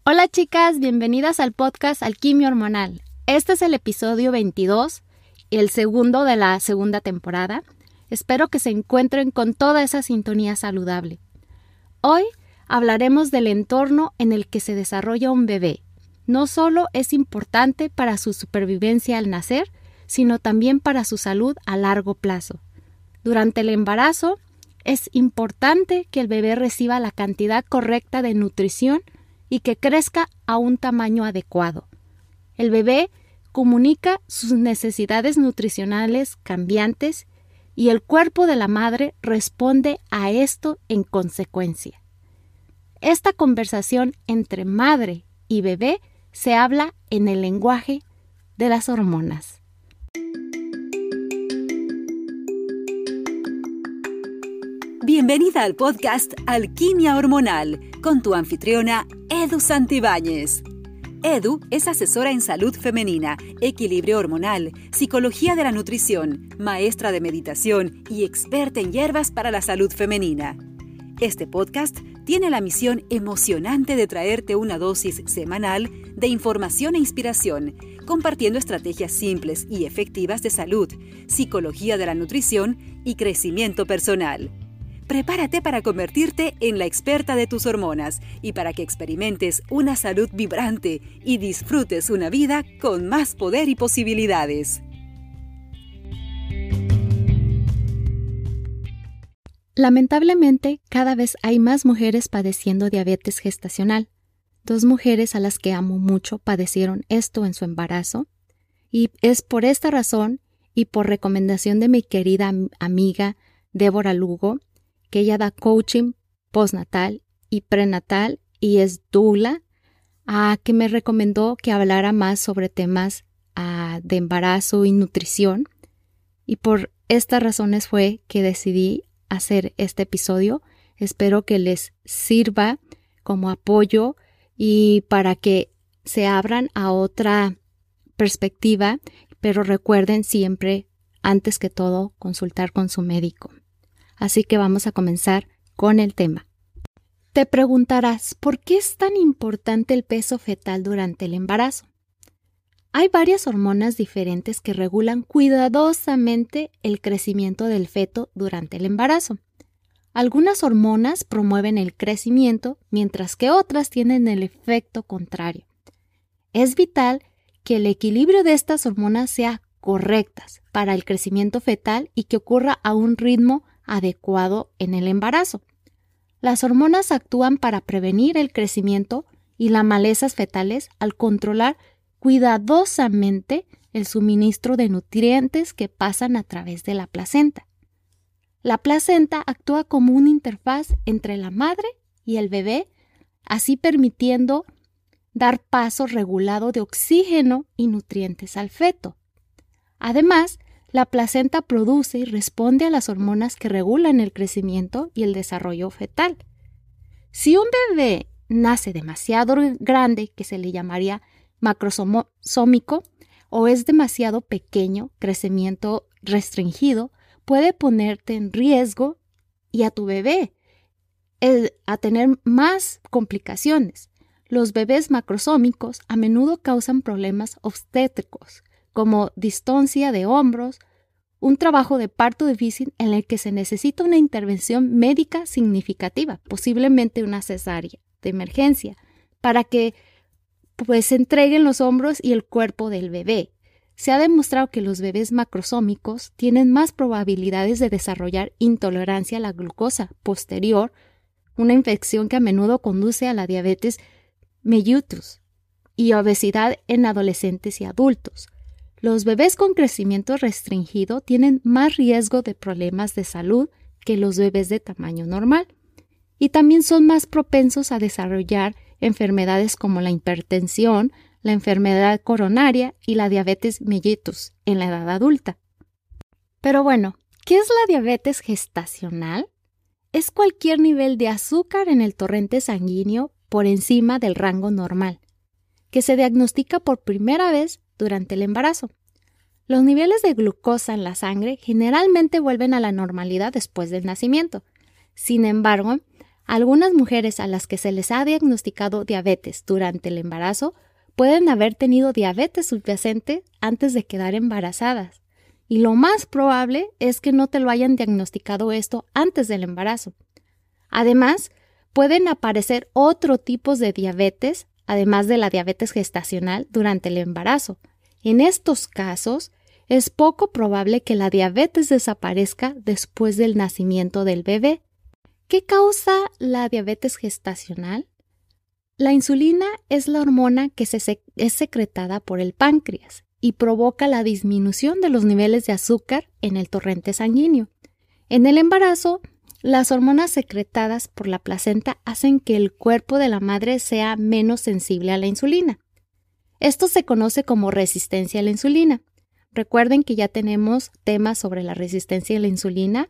Hola chicas, bienvenidas al podcast Alquimia Hormonal. Este es el episodio 22, el segundo de la segunda temporada. Espero que se encuentren con toda esa sintonía saludable. Hoy hablaremos del entorno en el que se desarrolla un bebé. No solo es importante para su supervivencia al nacer, sino también para su salud a largo plazo. Durante el embarazo, es importante que el bebé reciba la cantidad correcta de nutrición y que crezca a un tamaño adecuado. El bebé comunica sus necesidades nutricionales cambiantes y el cuerpo de la madre responde a esto en consecuencia. Esta conversación entre madre y bebé se habla en el lenguaje de las hormonas. Bienvenida al podcast Alquimia Hormonal con tu anfitriona Edu Santibáñez. Edu es asesora en salud femenina, equilibrio hormonal, psicología de la nutrición, maestra de meditación y experta en hierbas para la salud femenina. Este podcast tiene la misión emocionante de traerte una dosis semanal de información e inspiración, compartiendo estrategias simples y efectivas de salud, psicología de la nutrición y crecimiento personal. Prepárate para convertirte en la experta de tus hormonas y para que experimentes una salud vibrante y disfrutes una vida con más poder y posibilidades. Lamentablemente, cada vez hay más mujeres padeciendo diabetes gestacional. 2 mujeres a las que amo mucho padecieron esto en su embarazo y es por esta razón y por recomendación de mi querida amiga Débora Lugo, que ella da coaching postnatal y prenatal y es doula, que me recomendó que hablara más sobre temas de embarazo y nutrición. Y por estas razones fue que decidí hacer este episodio. Espero que les sirva como apoyo y para que se abran a otra perspectiva, pero recuerden siempre, antes que todo, consultar con su médico. Así que vamos a comenzar con el tema. Te preguntarás, ¿por qué es tan importante el peso fetal durante el embarazo? Hay varias hormonas diferentes que regulan cuidadosamente el crecimiento del feto durante el embarazo. Algunas hormonas promueven el crecimiento, mientras que otras tienen el efecto contrario. Es vital que el equilibrio de estas hormonas sea correctas para el crecimiento fetal y que ocurra a un ritmo adecuado en el embarazo. Las hormonas actúan para prevenir el crecimiento y las malezas fetales al controlar cuidadosamente el suministro de nutrientes que pasan a través de la placenta. La placenta actúa como una interfaz entre la madre y el bebé, así permitiendo dar paso regulado de oxígeno y nutrientes al feto. Además, la placenta produce y responde a las hormonas que regulan el crecimiento y el desarrollo fetal. Si un bebé nace demasiado grande, que se le llamaría macrosómico, o es demasiado pequeño, crecimiento restringido, puede ponerte en riesgo y a tu bebé a tener más complicaciones. Los bebés macrosómicos a menudo causan problemas obstétricos, como distoncia de hombros, un trabajo de parto difícil en el que se necesita una intervención médica significativa, posiblemente una cesárea de emergencia, para que se entreguen los hombros y el cuerpo del bebé. Se ha demostrado que los bebés macrosómicos tienen más probabilidades de desarrollar intolerancia a la glucosa posterior, una infección que a menudo conduce a la diabetes mellitus y obesidad en adolescentes y adultos. Los bebés con crecimiento restringido tienen más riesgo de problemas de salud que los bebés de tamaño normal y también son más propensos a desarrollar enfermedades como la hipertensión, la enfermedad coronaria y la diabetes mellitus en la edad adulta. Pero bueno, ¿qué es la diabetes gestacional? Es cualquier nivel de azúcar en el torrente sanguíneo por encima del rango normal, que se diagnostica por primera vez durante el embarazo. Los niveles de glucosa en la sangre generalmente vuelven a la normalidad después del nacimiento. Sin embargo, Algunas mujeres a las que se les ha diagnosticado diabetes durante el embarazo pueden haber tenido diabetes subyacente antes de quedar embarazadas. Y lo más probable es que no te lo hayan diagnosticado esto antes del embarazo. Además, pueden aparecer otros tipos de diabetes, además de la diabetes gestacional, durante el embarazo. En estos casos, es poco probable que la diabetes desaparezca después del nacimiento del bebé. ¿Qué causa la diabetes gestacional? La insulina es la hormona que es secretada por el páncreas y provoca la disminución de los niveles de azúcar en el torrente sanguíneo. En el embarazo, las hormonas secretadas por la placenta hacen que el cuerpo de la madre sea menos sensible a la insulina. Esto se conoce como resistencia a la insulina. Recuerden que ya tenemos temas sobre la resistencia a la insulina.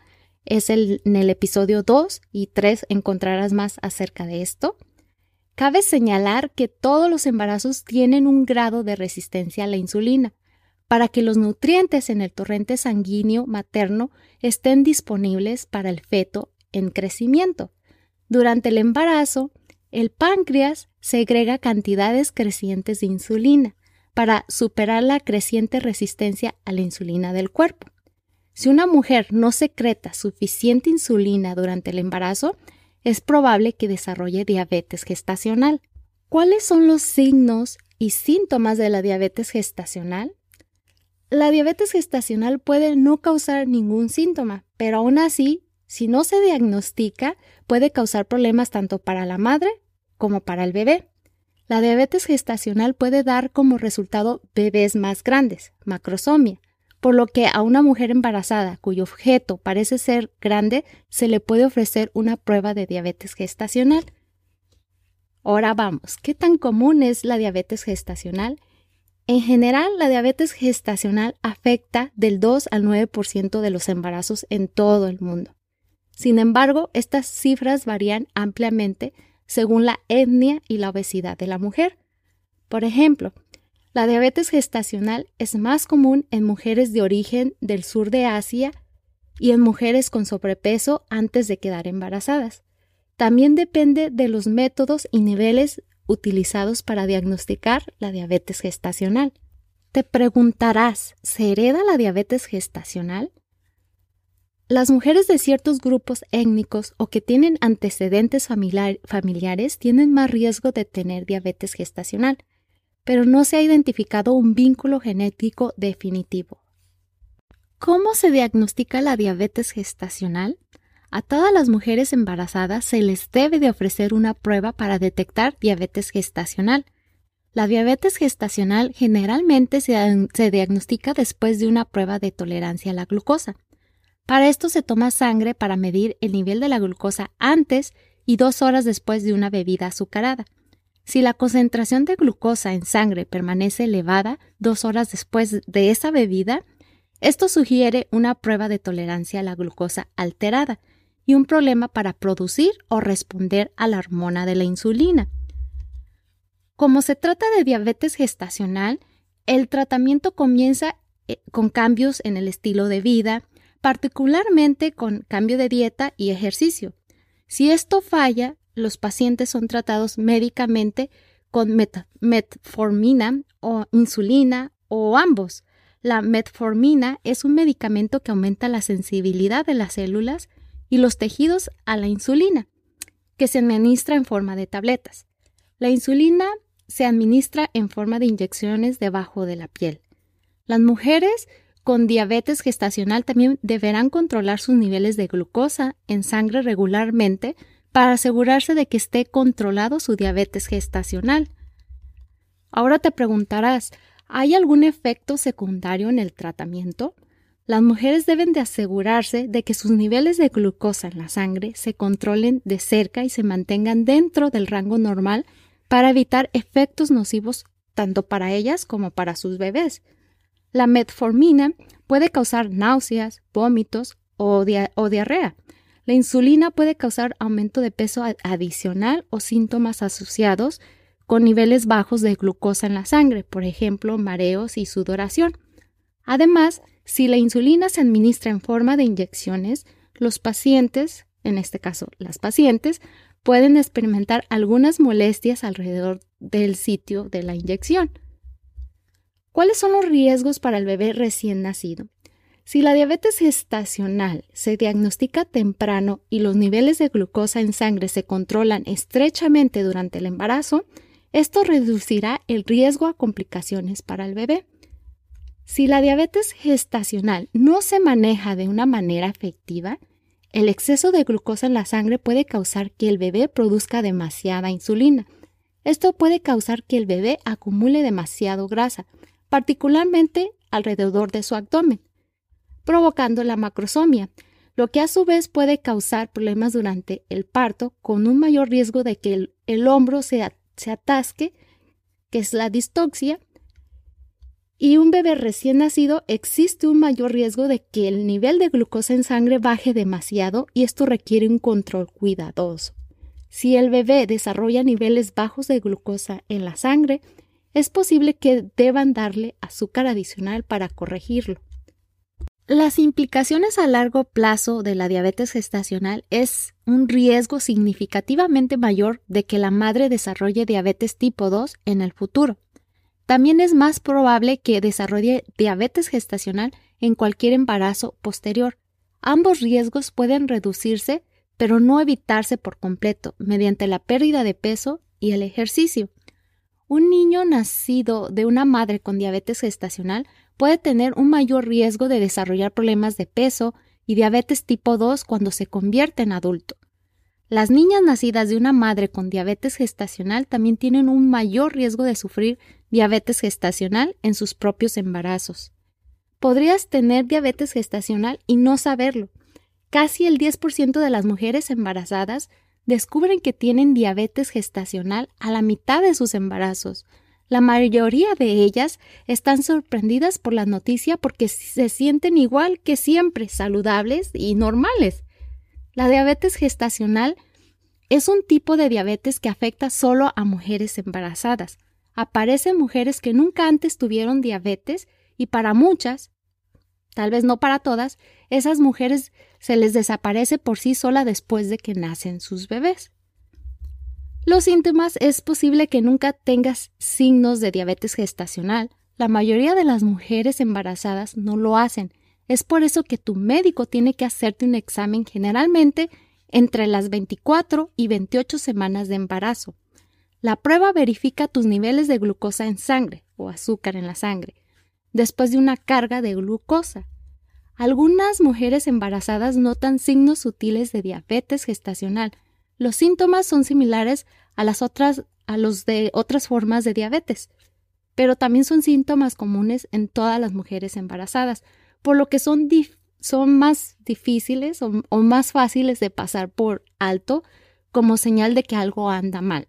En el episodio 2 y 3 encontrarás más acerca de esto. Cabe señalar que todos los embarazos tienen un grado de resistencia a la insulina para que los nutrientes en el torrente sanguíneo materno estén disponibles para el feto en crecimiento. Durante el embarazo, el páncreas segrega cantidades crecientes de insulina para superar la creciente resistencia a la insulina del cuerpo. Si una mujer no secreta suficiente insulina durante el embarazo, es probable que desarrolle diabetes gestacional. ¿Cuáles son los signos y síntomas de la diabetes gestacional? La diabetes gestacional puede no causar ningún síntoma, pero aún así, si no se diagnostica, puede causar problemas tanto para la madre como para el bebé. La diabetes gestacional puede dar como resultado bebés más grandes, macrosomia, por lo que a una mujer embarazada cuyo objeto parece ser grande se le puede ofrecer una prueba de diabetes gestacional. Ahora vamos, ¿qué tan común es la diabetes gestacional? En general, la diabetes gestacional afecta del 2 al 9% de los embarazos en todo el mundo. Sin embargo, estas cifras varían ampliamente según la etnia y la obesidad de la mujer. Por ejemplo, la diabetes gestacional es más común en mujeres de origen del sur de Asia y en mujeres con sobrepeso antes de quedar embarazadas. También depende de los métodos y niveles utilizados para diagnosticar la diabetes gestacional. Te preguntarás, ¿se hereda la diabetes gestacional? Las mujeres de ciertos grupos étnicos o que tienen antecedentes familiares tienen más riesgo de tener diabetes gestacional, pero no se ha identificado un vínculo genético definitivo. ¿Cómo se diagnostica la diabetes gestacional? A todas las mujeres embarazadas se les debe de ofrecer una prueba para detectar diabetes gestacional. La diabetes gestacional generalmente se diagnostica después de una prueba de tolerancia a la glucosa. Para esto se toma sangre para medir el nivel de la glucosa antes y 2 horas después de una bebida azucarada. Si la concentración de glucosa en sangre permanece elevada 2 horas después de esa bebida, esto sugiere una prueba de tolerancia a la glucosa alterada y un problema para producir o responder a la hormona de la insulina. Como se trata de diabetes gestacional, el tratamiento comienza con cambios en el estilo de vida, particularmente con cambio de dieta y ejercicio. Si esto falla, los pacientes son tratados médicamente con metformina o insulina o ambos. La metformina es un medicamento que aumenta la sensibilidad de las células y los tejidos a la insulina, que se administra en forma de tabletas. La insulina se administra en forma de inyecciones debajo de la piel. Las mujeres con diabetes gestacional también deberán controlar sus niveles de glucosa en sangre regularmente para asegurarse de que esté controlado su diabetes gestacional. Ahora te preguntarás, ¿hay algún efecto secundario en el tratamiento? Las mujeres deben de asegurarse de que sus niveles de glucosa en la sangre se controlen de cerca y se mantengan dentro del rango normal para evitar efectos nocivos tanto para ellas como para sus bebés. La metformina puede causar náuseas, vómitos o diarrea. La insulina puede causar aumento de peso adicional o síntomas asociados con niveles bajos de glucosa en la sangre, por ejemplo, mareos y sudoración. Además, si la insulina se administra en forma de inyecciones, los pacientes en este caso las pacientes, pueden experimentar algunas molestias alrededor del sitio de la inyección. ¿Cuáles son los riesgos para el bebé recién nacido? Si la diabetes gestacional se diagnostica temprano y los niveles de glucosa en sangre se controlan estrechamente durante el embarazo, esto reducirá el riesgo a complicaciones para el bebé. Si la diabetes gestacional no se maneja de una manera efectiva, el exceso de glucosa en la sangre puede causar que el bebé produzca demasiada insulina. Esto puede causar que el bebé acumule demasiado grasa, particularmente alrededor de su abdomen, provocando la macrosomia, lo que a su vez puede causar problemas durante el parto con un mayor riesgo de que el hombro se atasque, que es la distoxia, y un bebé recién nacido existe un mayor riesgo de que el nivel de glucosa en sangre baje demasiado y esto requiere un control cuidadoso. Si el bebé desarrolla niveles bajos de glucosa en la sangre, es posible que deban darle azúcar adicional para corregirlo. Las implicaciones a largo plazo de la diabetes gestacional es un riesgo significativamente mayor de que la madre desarrolle diabetes tipo 2 en el futuro. También es más probable que desarrolle diabetes gestacional en cualquier embarazo posterior. Ambos riesgos pueden reducirse, pero no evitarse por completo mediante la pérdida de peso y el ejercicio. Un niño nacido de una madre con diabetes gestacional puede tener un mayor riesgo de desarrollar problemas de peso y diabetes tipo 2 cuando se convierte en adulto. Las niñas nacidas de una madre con diabetes gestacional también tienen un mayor riesgo de sufrir diabetes gestacional en sus propios embarazos. Podrías tener diabetes gestacional y no saberlo. Casi el 10% de las mujeres embarazadas descubren que tienen diabetes gestacional a la mitad de sus embarazos. La mayoría de ellas están sorprendidas por la noticia porque se sienten igual que siempre, saludables y normales. La diabetes gestacional es un tipo de diabetes que afecta solo a mujeres embarazadas. Aparece en mujeres que nunca antes tuvieron diabetes y para muchas, tal vez no para todas, esas mujeres se les desaparece por sí sola después de que nacen sus bebés. Los síntomas es posible que nunca tengas signos de diabetes gestacional. La mayoría de las mujeres embarazadas no lo hacen. Es por eso que tu médico tiene que hacerte un examen generalmente entre las 24 y 28 semanas de embarazo. La prueba verifica tus niveles de glucosa en sangre o azúcar en la sangre, después de una carga de glucosa. Algunas mujeres embarazadas notan signos sutiles de diabetes gestacional. Los síntomas son similares a los de otras formas de diabetes, pero también son síntomas comunes en todas las mujeres embarazadas, por lo que son más difíciles o más fáciles de pasar por alto como señal de que algo anda mal.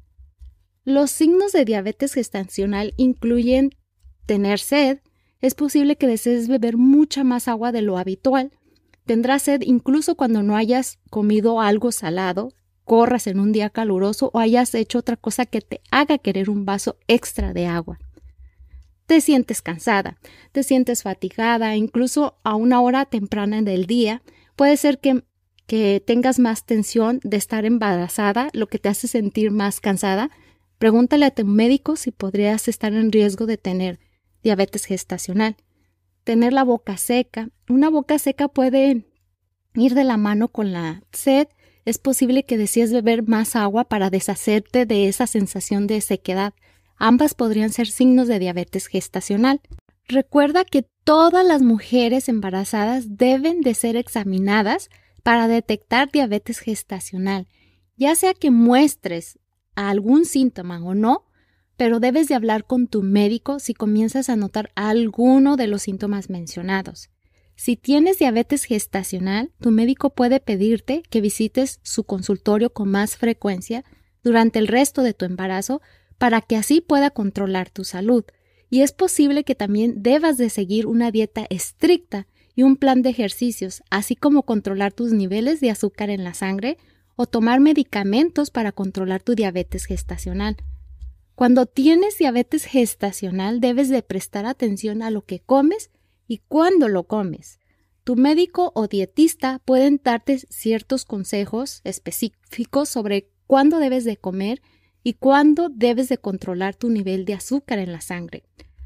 Los signos de diabetes gestacional incluyen tener sed. Es posible que desees beber mucha más agua de lo habitual. Tendrás sed incluso cuando no hayas comido algo salado, corras en un día caluroso o hayas hecho otra cosa que te haga querer un vaso extra de agua. Te sientes cansada, te sientes fatigada, incluso a una hora temprana del día. Puede ser que tengas más tensión de estar embarazada, lo que te hace sentir más cansada. Pregúntale a tu médico si podrías estar en riesgo de tener diabetes gestacional. Tener la boca seca. Una boca seca puede ir de la mano con la sed. Es posible que desees beber más agua para deshacerte de esa sensación de sequedad. Ambas podrían ser signos de diabetes gestacional. Recuerda que todas las mujeres embarazadas deben de ser examinadas para detectar diabetes gestacional, ya sea que muestres algún síntoma o no, pero debes de hablar con tu médico si comienzas a notar alguno de los síntomas mencionados. Si tienes diabetes gestacional, tu médico puede pedirte que visites su consultorio con más frecuencia durante el resto de tu embarazo para que así pueda controlar tu salud. Y es posible que también debas de seguir una dieta estricta y un plan de ejercicios, así como controlar tus niveles de azúcar en la sangre o tomar medicamentos para controlar tu diabetes gestacional. Cuando tienes diabetes gestacional, debes de prestar atención a lo que comes y cuándo lo comes. Tu médico o dietista pueden darte ciertos consejos específicos sobre cuándo debes de comer y cuándo debes de controlar tu nivel de azúcar en la sangre.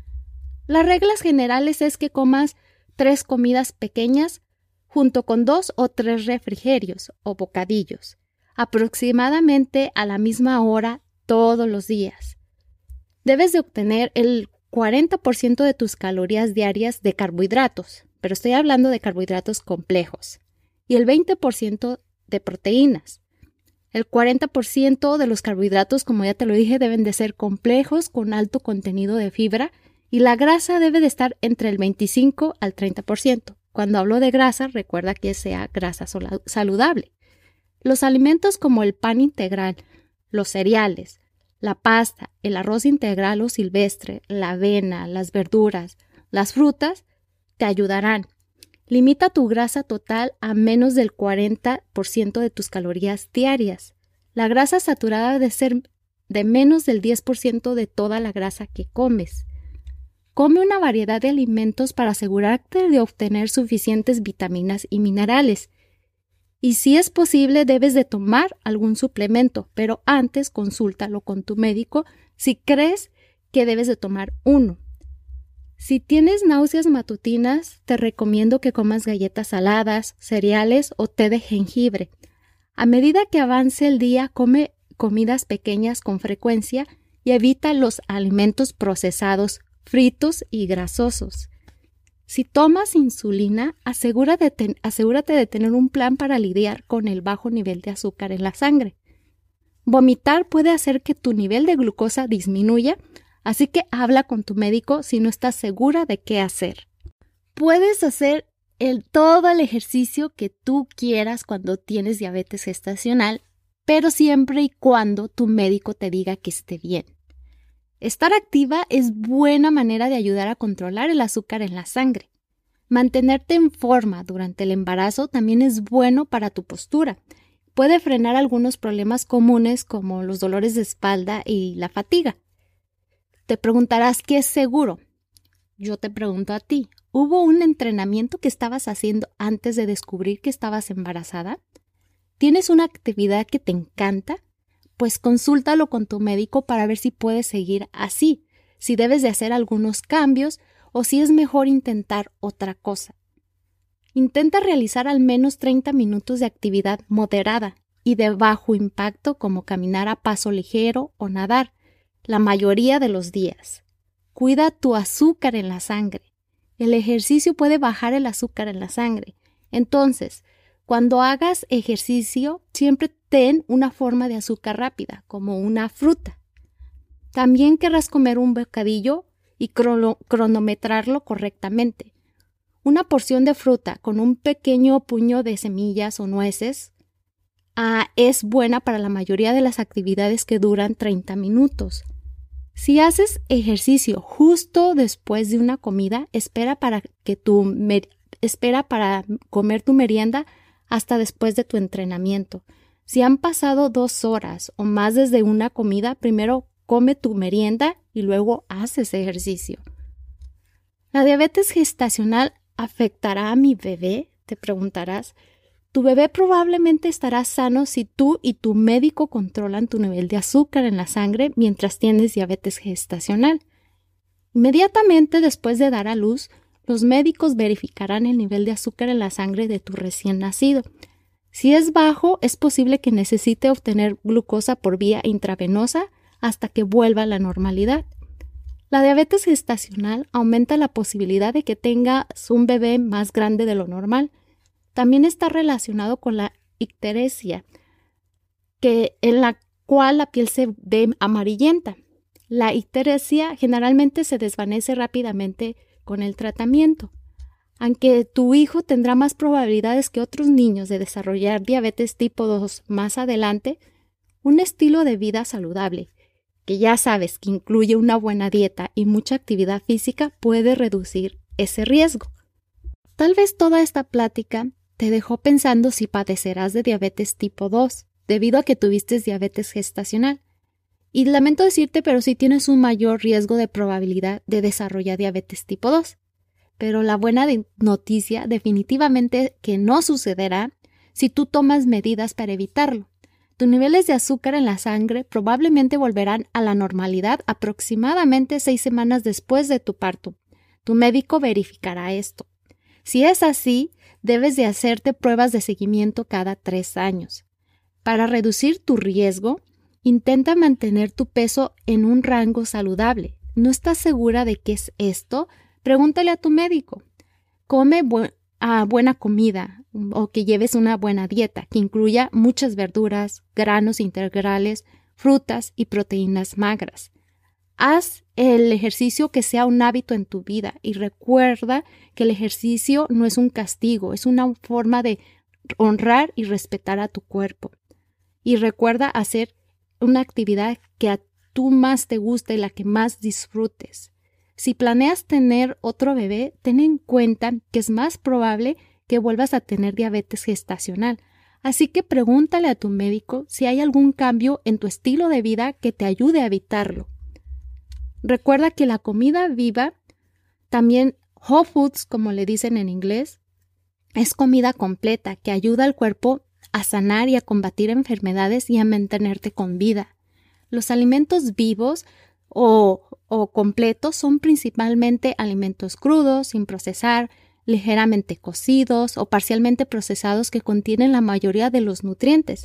Las reglas generales es que comas 3 comidas pequeñas junto con 2 o 3 refrigerios o bocadillos, aproximadamente a la misma hora todos los días. Debes de obtener el 40% de tus calorías diarias de carbohidratos, pero estoy hablando de carbohidratos complejos, y el 20% de proteínas. El 40% de los carbohidratos, como ya te lo dije, deben de ser complejos con alto contenido de fibra y la grasa debe de estar entre el 25 al 30%. Cuando hablo de grasa, recuerda que sea grasa saludable. Los alimentos como el pan integral, los cereales, la pasta, el arroz integral o silvestre, la avena, las verduras, las frutas, te ayudarán. Limita tu grasa total a menos del 40% de tus calorías diarias. La grasa saturada debe ser de menos del 10% de toda la grasa que comes. Come una variedad de alimentos para asegurarte de obtener suficientes vitaminas y minerales. Y si es posible, debes de tomar algún suplemento, pero antes consúltalo con tu médico si crees que debes de tomar uno. Si tienes náuseas matutinas, te recomiendo que comas galletas saladas, cereales o té de jengibre. A medida que avance el día, come comidas pequeñas con frecuencia y evita los alimentos procesados, fritos y grasosos. Si tomas insulina, asegúrate de tener un plan para lidiar con el bajo nivel de azúcar en la sangre. Vomitar puede hacer que tu nivel de glucosa disminuya, así que habla con tu médico si no estás segura de qué hacer. Puedes hacer todo el ejercicio que tú quieras cuando tienes diabetes gestacional, pero siempre y cuando tu médico te diga que esté bien. Estar activa es buena manera de ayudar a controlar el azúcar en la sangre. Mantenerte en forma durante el embarazo también es bueno para tu postura. Puede frenar algunos problemas comunes como los dolores de espalda y la fatiga. Te preguntarás qué es seguro. Yo te pregunto a ti, ¿hubo un entrenamiento que estabas haciendo antes de descubrir que estabas embarazada? ¿Tienes una actividad que te encanta? Pues consúltalo con tu médico para ver si puedes seguir así, si debes de hacer algunos cambios o si es mejor intentar otra cosa. Intenta realizar al menos 30 minutos de actividad moderada y de bajo impacto como caminar a paso ligero o nadar, la mayoría de los días. Cuida tu azúcar en la sangre. El ejercicio puede bajar el azúcar en la sangre. Entonces, cuando hagas ejercicio, siempre ten una forma de azúcar rápida, como una fruta. También querrás comer un bocadillo y cronometrarlo correctamente. Una porción de fruta con un pequeño puño de semillas o nueces es buena para la mayoría de las actividades que duran 30 minutos. Si haces ejercicio justo después de una comida, espera para comer tu merienda hasta después de tu entrenamiento. Si han pasado 2 horas o más desde una comida, primero come tu merienda y luego haces ejercicio. ¿La diabetes gestacional afectará a mi bebé? Te preguntarás. Tu bebé probablemente estará sano si tú y tu médico controlan tu nivel de azúcar en la sangre mientras tienes diabetes gestacional. Inmediatamente después de dar a luz, los médicos verificarán el nivel de azúcar en la sangre de tu recién nacido. Si es bajo, es posible que necesite obtener glucosa por vía intravenosa hasta que vuelva a la normalidad. La diabetes gestacional aumenta la posibilidad de que tengas un bebé más grande de lo normal. También está relacionado con la icteresia, en la cual la piel se ve amarillenta. La icteresia generalmente se desvanece rápidamente con el tratamiento. Aunque tu hijo tendrá más probabilidades que otros niños de desarrollar diabetes tipo 2 más adelante, un estilo de vida saludable, que ya sabes que incluye una buena dieta y mucha actividad física, puede reducir ese riesgo. Tal vez toda esta plática te dejó pensando si padecerás de diabetes tipo 2, debido a que tuviste diabetes gestacional. Y lamento decirte, pero sí tienes un mayor riesgo de probabilidad de desarrollar diabetes tipo 2. pero la buena noticia definitivamente que no sucederá si tú tomas medidas para evitarlo. Tus niveles de azúcar en la sangre probablemente volverán a la normalidad aproximadamente 6 semanas después de tu parto. Tu médico verificará esto. Si es así, debes de hacerte pruebas de seguimiento cada 3 años. Para reducir tu riesgo, intenta mantener tu peso en un rango saludable. ¿No estás segura de qué es esto? Pregúntale a tu médico. Come buena comida o que lleves una buena dieta que incluya muchas verduras, granos integrales, frutas y proteínas magras. Haz el ejercicio que sea un hábito en tu vida y recuerda que el ejercicio no es un castigo, es una forma de honrar y respetar a tu cuerpo. Y recuerda hacer una actividad que a tú más te guste y la que más disfrutes. Si planeas tener otro bebé, ten en cuenta que es más probable que vuelvas a tener diabetes gestacional. Así que pregúntale a tu médico si hay algún cambio en tu estilo de vida que te ayude a evitarlo. Recuerda que la comida viva, también whole foods, como le dicen en inglés, es comida completa que ayuda al cuerpo a sanar y a combatir enfermedades y a mantenerte con vida. Los alimentos vivos o completos son principalmente alimentos crudos, sin procesar, ligeramente cocidos o parcialmente procesados que contienen la mayoría de los nutrientes.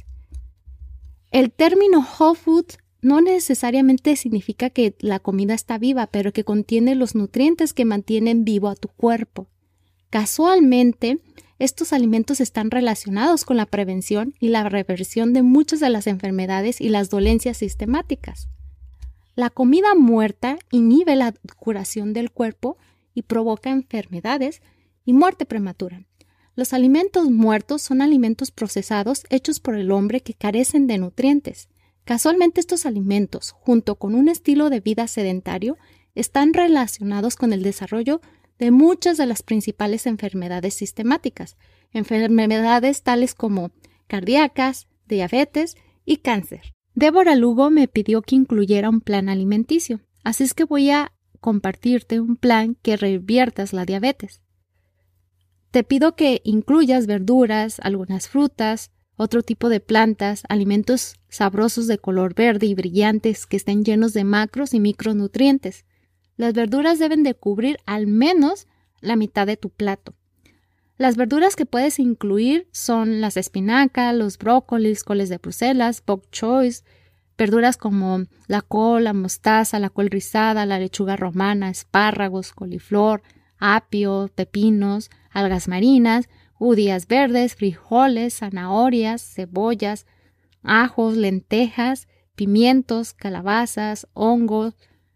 El término whole food no necesariamente significa que la comida está viva, pero que contiene los nutrientes que mantienen vivo a tu cuerpo. Casualmente, estos alimentos están relacionados con la prevención y la reversión de muchas de las enfermedades y las dolencias sistemáticas. La comida muerta inhibe la curación del cuerpo y provoca enfermedades y muerte prematura. Los alimentos muertos son alimentos procesados hechos por el hombre que carecen de nutrientes. Casualmente estos alimentos, junto con un estilo de vida sedentario, están relacionados con el desarrollo de muchas de las principales enfermedades sistemáticas, enfermedades tales como cardíacas, diabetes y cáncer. Débora Lugo me pidió que incluyera un plan alimenticio, así es que voy a compartirte un plan que reviertas la diabetes. Te pido que incluyas verduras, algunas frutas, otro tipo de plantas, alimentos sabrosos de color verde y brillantes que estén llenos de macros y micronutrientes. Las verduras deben de cubrir al menos la mitad de tu plato. Las verduras que puedes incluir son las espinacas, los brócolis, coles de Bruselas, bok choy, verduras como la col, la mostaza, la col rizada, la lechuga romana, espárragos, coliflor, apio, pepinos, algas marinas, judías verdes, frijoles, zanahorias, cebollas, ajos, lentejas, pimientos, calabazas, hongos.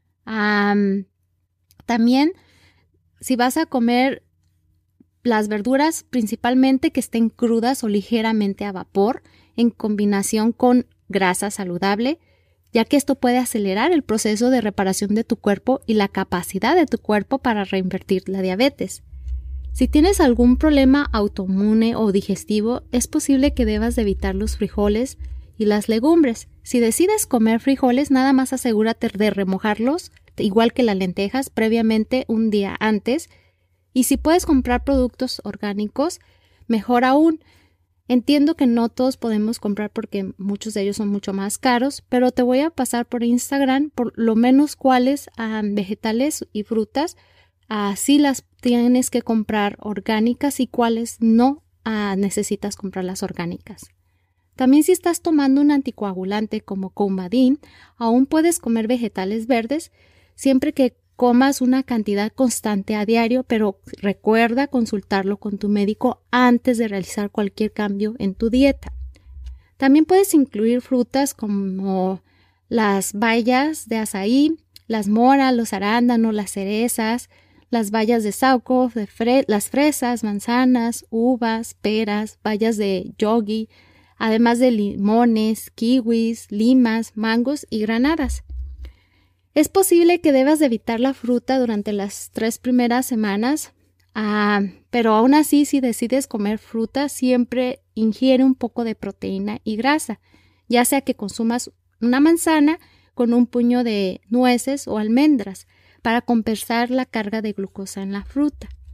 También, si vas a comer las verduras, principalmente que estén crudas o ligeramente a vapor, en combinación con grasa saludable, ya que esto puede acelerar el proceso de reparación de tu cuerpo y la capacidad de tu cuerpo para reinvertir la diabetes. Si tienes algún problema autoinmune o digestivo, es posible que debas de evitar los frijoles y las legumbres. Si decides comer frijoles, nada más asegúrate de remojarlos, igual que las lentejas, previamente un día antes. Y si puedes comprar productos orgánicos, mejor aún. Entiendo que no todos podemos comprar porque muchos de ellos son mucho más caros, pero te voy a pasar por Instagram por lo menos cuáles vegetales y frutas sí las tienes que comprar orgánicas y cuáles no necesitas comprar las orgánicas. También si estás tomando un anticoagulante como Coumadin, aún puedes comer vegetales verdes siempre que comas una cantidad constante a diario, pero recuerda consultarlo con tu médico antes de realizar cualquier cambio en tu dieta. También puedes incluir frutas como las bayas de azaí, las moras, los arándanos, las cerezas, las bayas de sauco, las fresas, manzanas, uvas, peras, bayas de yogi, además de limones, kiwis, limas, mangos y granadas. Es posible que debas de evitar la fruta durante las 3 primeras semanas, pero aún así, si decides comer fruta, siempre ingiere un poco de proteína y grasa, ya sea que consumas una manzana con un puño de nueces o almendras para compensar la carga de glucosa en la fruta.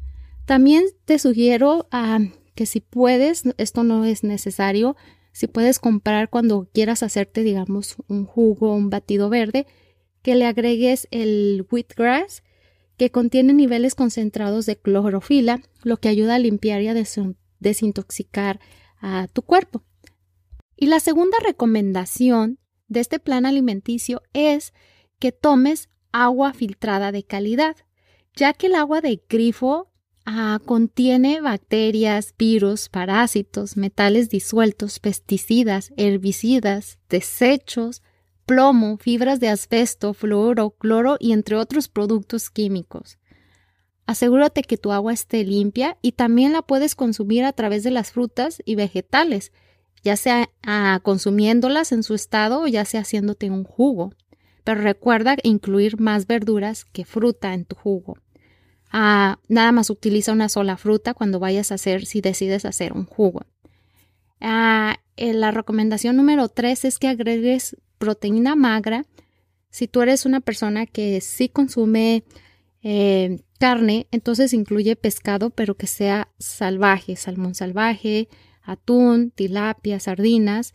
También te sugiero que si puedes, esto no es necesario, si puedes comprar cuando quieras hacerte, digamos, un jugo, un batido verde, que le agregues el wheatgrass, que contiene niveles concentrados de clorofila, lo que ayuda a limpiar y a desintoxicar a tu cuerpo. Y la segunda recomendación de este plan alimenticio es que tomes agua filtrada de calidad, ya que el agua de grifo contiene bacterias, virus, parásitos, metales disueltos, pesticidas, herbicidas, desechos, plomo, fibras de asbesto, fluoro, cloro y entre otros productos químicos. Asegúrate que tu agua esté limpia y también la puedes consumir a través de las frutas y vegetales, ya sea consumiéndolas en su estado o ya sea haciéndote un jugo. Pero recuerda incluir más verduras que fruta en tu jugo. Nada más utiliza una sola fruta cuando vayas a hacer, si decides hacer un jugo. La recomendación número 3 es que agregues proteína magra. Si tú eres una persona que sí consume carne, entonces incluye pescado, pero que sea salvaje, salmón salvaje, atún, tilapia, sardinas.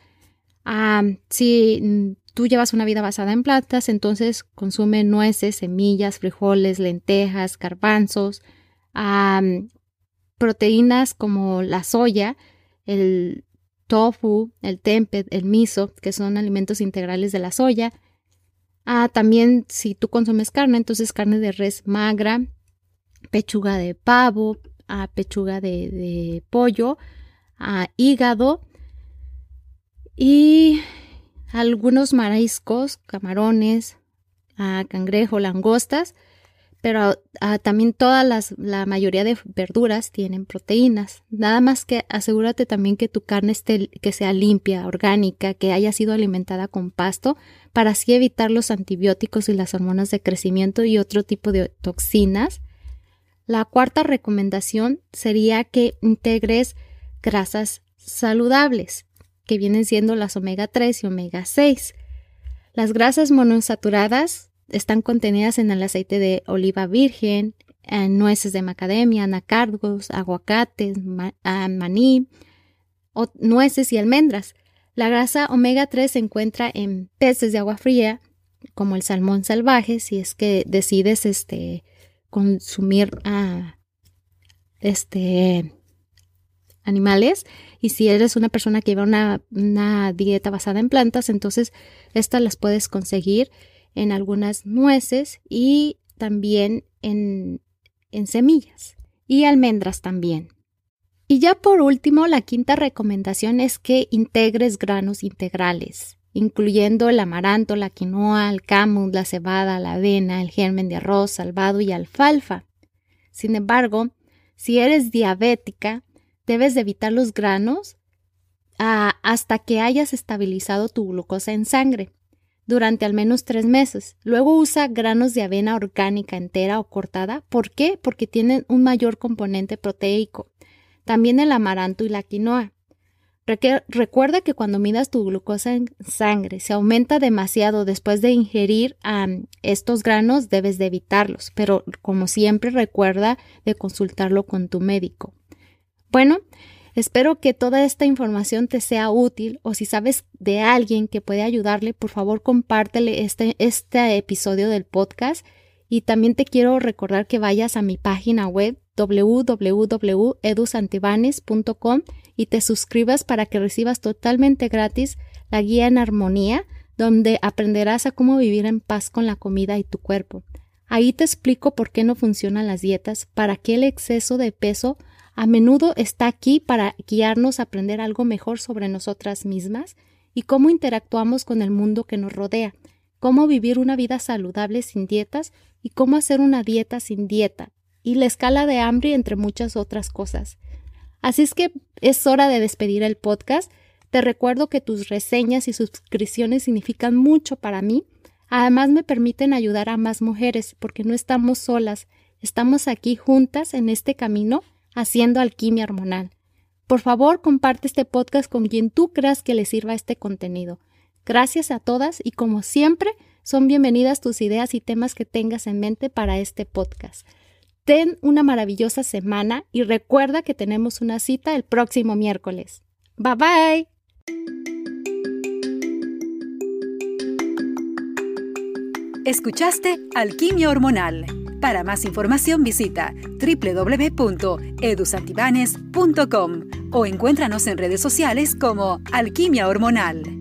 Si tú llevas una vida basada en plantas, entonces consume nueces, semillas, frijoles, lentejas, garbanzos, proteínas como la soya, el tofu, el tempeh, el miso, que son alimentos integrales de la soya. También si tú consumes carne, entonces carne de res magra, pechuga de pavo, pechuga de pollo, hígado y algunos mariscos, camarones, cangrejo, langostas, pero también la mayoría de verduras tienen proteínas. Nada más que asegúrate también que tu carne que sea limpia, orgánica, que haya sido alimentada con pasto, para así evitar los antibióticos y las hormonas de crecimiento y otro tipo de toxinas. La cuarta recomendación sería que integres grasas saludables, que vienen siendo las omega 3 y omega 6. Las grasas monoinsaturadas están contenidas en el aceite de oliva virgen, en nueces de macadamia, anacardos, aguacates, maní, nueces y almendras. La grasa omega 3 se encuentra en peces de agua fría, como el salmón salvaje, si es que decides consumir animales, y si eres una persona que lleva una dieta basada en plantas, entonces estas las puedes conseguir en algunas nueces y también en semillas y almendras también. Y ya por último, la quinta recomendación es que integres granos integrales, incluyendo el amaranto, la quinoa, el camus, la cebada, la avena, el germen de arroz, salvado y alfalfa. Sin embargo, si eres diabética, debes de evitar los granos hasta que hayas estabilizado tu glucosa en sangre durante al menos 3 meses. Luego usa granos de avena orgánica entera o cortada. ¿Por qué? Porque tienen un mayor componente proteico. También el amaranto y la quinoa. Recuerda que cuando midas tu glucosa en sangre, se aumenta demasiado después de ingerir estos granos, debes de evitarlos. Pero como siempre, recuerda de consultarlo con tu médico. Bueno, espero que toda esta información te sea útil, o si sabes de alguien que puede ayudarle, por favor compártele este episodio del podcast. Y también te quiero recordar que vayas a mi página web www.edusantibanes.com y te suscribas para que recibas totalmente gratis la guía en armonía, donde aprenderás a cómo vivir en paz con la comida y tu cuerpo. Ahí te explico por qué no funcionan las dietas, para qué el exceso de peso a menudo está aquí para guiarnos a aprender algo mejor sobre nosotras mismas y cómo interactuamos con el mundo que nos rodea, cómo vivir una vida saludable sin dietas y cómo hacer una dieta sin dieta, y la escala de hambre, entre muchas otras cosas. Así es que es hora de despedir el podcast. Te recuerdo que tus reseñas y suscripciones significan mucho para mí. Además, me permiten ayudar a más mujeres, porque no estamos solas, estamos aquí juntas en este camino haciendo alquimia hormonal. Por favor, comparte este podcast con quien tú creas que le sirva este contenido. Gracias a todas y como siempre, son bienvenidas tus ideas y temas que tengas en mente para este podcast. Ten una maravillosa semana y recuerda que tenemos una cita el próximo miércoles. Bye bye. Escuchaste Alquimia Hormonal. Para más información visita www.edusantibanes.com o encuéntranos en redes sociales como Alquimia Hormonal.